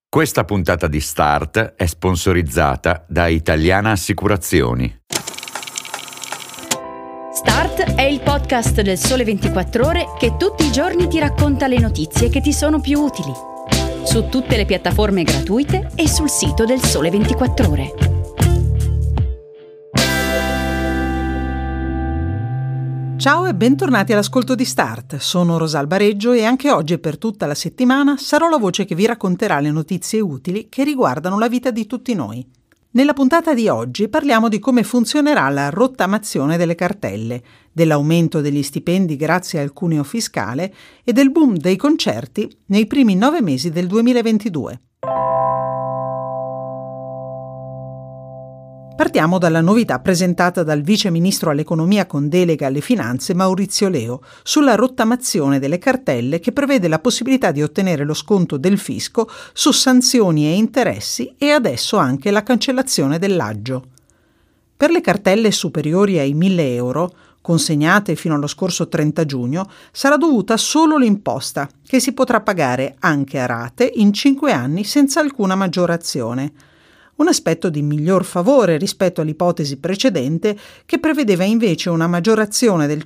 Questa puntata di Start è sponsorizzata da Italiana Assicurazioni. Start è il podcast del Sole 24 Ore che tutti i giorni ti racconta le notizie che ti sono più utili. Su tutte le piattaforme gratuite e sul sito del Sole 24 Ore. Ciao e bentornati all'ascolto di Start. Sono Rosalba Reggio e anche oggi e per tutta la settimana sarò la voce che vi racconterà le notizie utili che riguardano la vita di tutti noi. Nella puntata di oggi parliamo di come funzionerà la rottamazione delle cartelle, dell'aumento degli stipendi grazie al cuneo fiscale e del boom dei concerti nei primi 9 mesi del 2022. Partiamo dalla novità presentata dal vice ministro all'economia con delega alle finanze Maurizio Leo sulla rottamazione delle cartelle che prevede la possibilità di ottenere lo sconto del fisco su sanzioni e interessi e adesso anche la cancellazione dell'aggio. Per le cartelle superiori ai 1.000 euro, consegnate fino allo scorso 30 giugno, sarà dovuta solo l'imposta, che si potrà pagare anche a rate in 5 anni senza alcuna maggiorazione. Un aspetto di miglior favore rispetto all'ipotesi precedente che prevedeva invece una maggiorazione del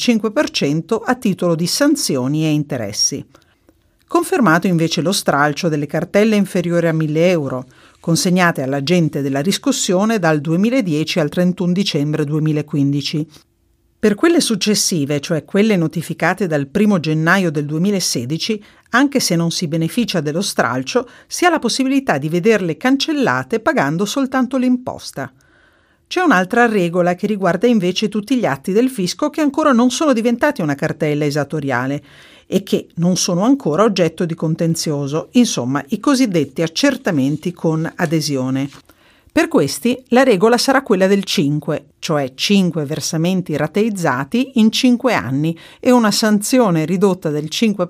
5% a titolo di sanzioni e interessi. Confermato invece lo stralcio delle cartelle inferiori a 1.000 euro, consegnate all'agente della riscossione dal 2010 al 31 dicembre 2015. Per quelle successive, cioè quelle notificate dal 1 gennaio del 2016, anche se non si beneficia dello stralcio, si ha la possibilità di vederle cancellate pagando soltanto l'imposta. C'è un'altra regola che riguarda invece tutti gli atti del fisco che ancora non sono diventati una cartella esattoriale e che non sono ancora oggetto di contenzioso, insomma i cosiddetti accertamenti con adesione. Per questi la regola sarà quella del 5, cioè 5 versamenti rateizzati in 5 anni e una sanzione ridotta del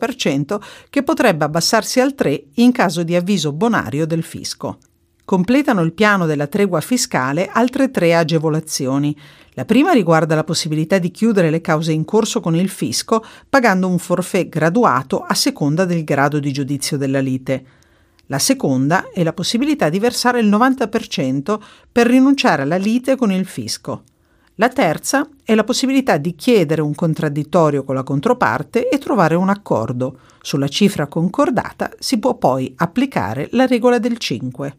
5% che potrebbe abbassarsi al 3 in caso di avviso bonario del fisco. Completano il piano della tregua fiscale altre 3 agevolazioni. La prima riguarda la possibilità di chiudere le cause in corso con il fisco pagando un forfait graduato a seconda del grado di giudizio della lite. La seconda è la possibilità di versare il 90% per rinunciare alla lite con il fisco. La terza è la possibilità di chiedere un contraddittorio con la controparte e trovare un accordo. Sulla cifra concordata si può poi applicare la regola del 5.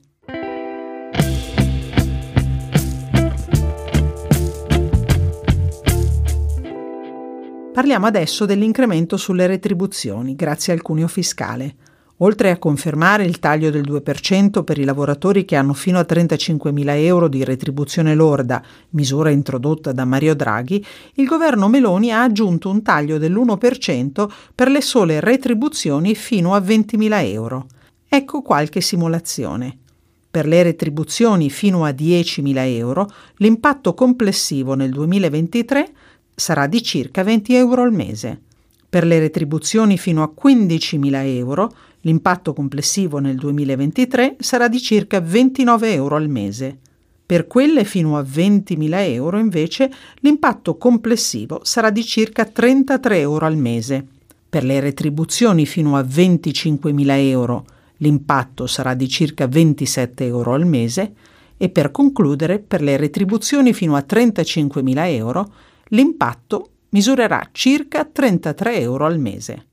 Parliamo adesso dell'incremento sulle retribuzioni grazie al cuneo fiscale. Oltre a confermare il taglio del 2% per i lavoratori che hanno fino a 35.000 euro di retribuzione lorda, misura introdotta da Mario Draghi, il governo Meloni ha aggiunto un taglio dell'1% per le sole retribuzioni fino a 20.000 euro. Ecco qualche simulazione. Per le retribuzioni fino a 10.000 euro, l'impatto complessivo nel 2023 sarà di circa 20 euro al mese. Per le retribuzioni fino a 15.000 euro, l'impatto complessivo nel 2023 sarà di circa 29 euro al mese. Per quelle fino a 20.000 euro, invece, l'impatto complessivo sarà di circa 33 euro al mese. Per le retribuzioni fino a 25.000 euro, l'impatto sarà di circa 27 euro al mese e per concludere, per le retribuzioni fino a 35.000 euro, l'impatto misurerà circa 33 euro al mese.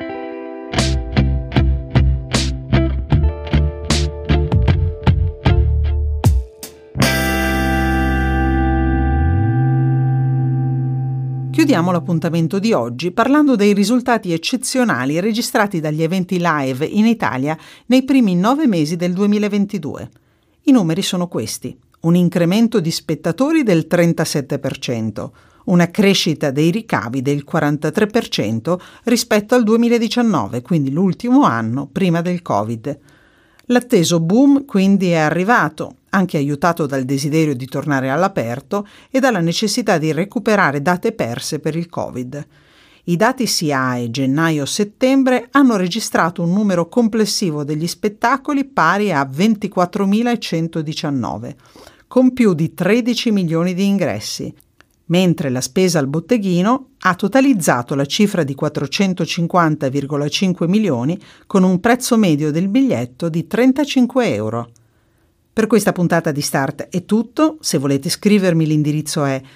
Chiudiamo l'appuntamento di oggi parlando dei risultati eccezionali registrati dagli eventi live in Italia nei primi 9 mesi del 2022. I numeri sono questi: un incremento di spettatori del 37%, una crescita dei ricavi del 43% rispetto al 2019, quindi l'ultimo anno prima del Covid. L'atteso boom quindi è arrivato, anche aiutato dal desiderio di tornare all'aperto e dalla necessità di recuperare date perse per il Covid. I dati SIAE gennaio-settembre hanno registrato un numero complessivo degli spettacoli pari a 24.119, con più di 13 milioni di ingressi. mentre la spesa al botteghino ha totalizzato la cifra di 450,5 milioni con un prezzo medio del biglietto di 35 euro. Per questa puntata di Start è tutto. Se volete scrivermi, l'indirizzo è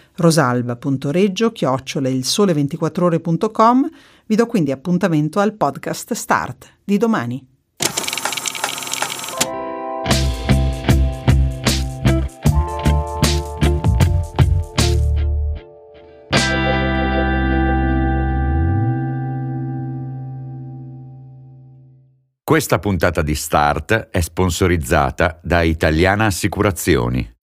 rosalba.reggio@ilsole24ore.com. Vi do quindi appuntamento al podcast Start di domani. Questa puntata di Start è sponsorizzata da Italiana Assicurazioni.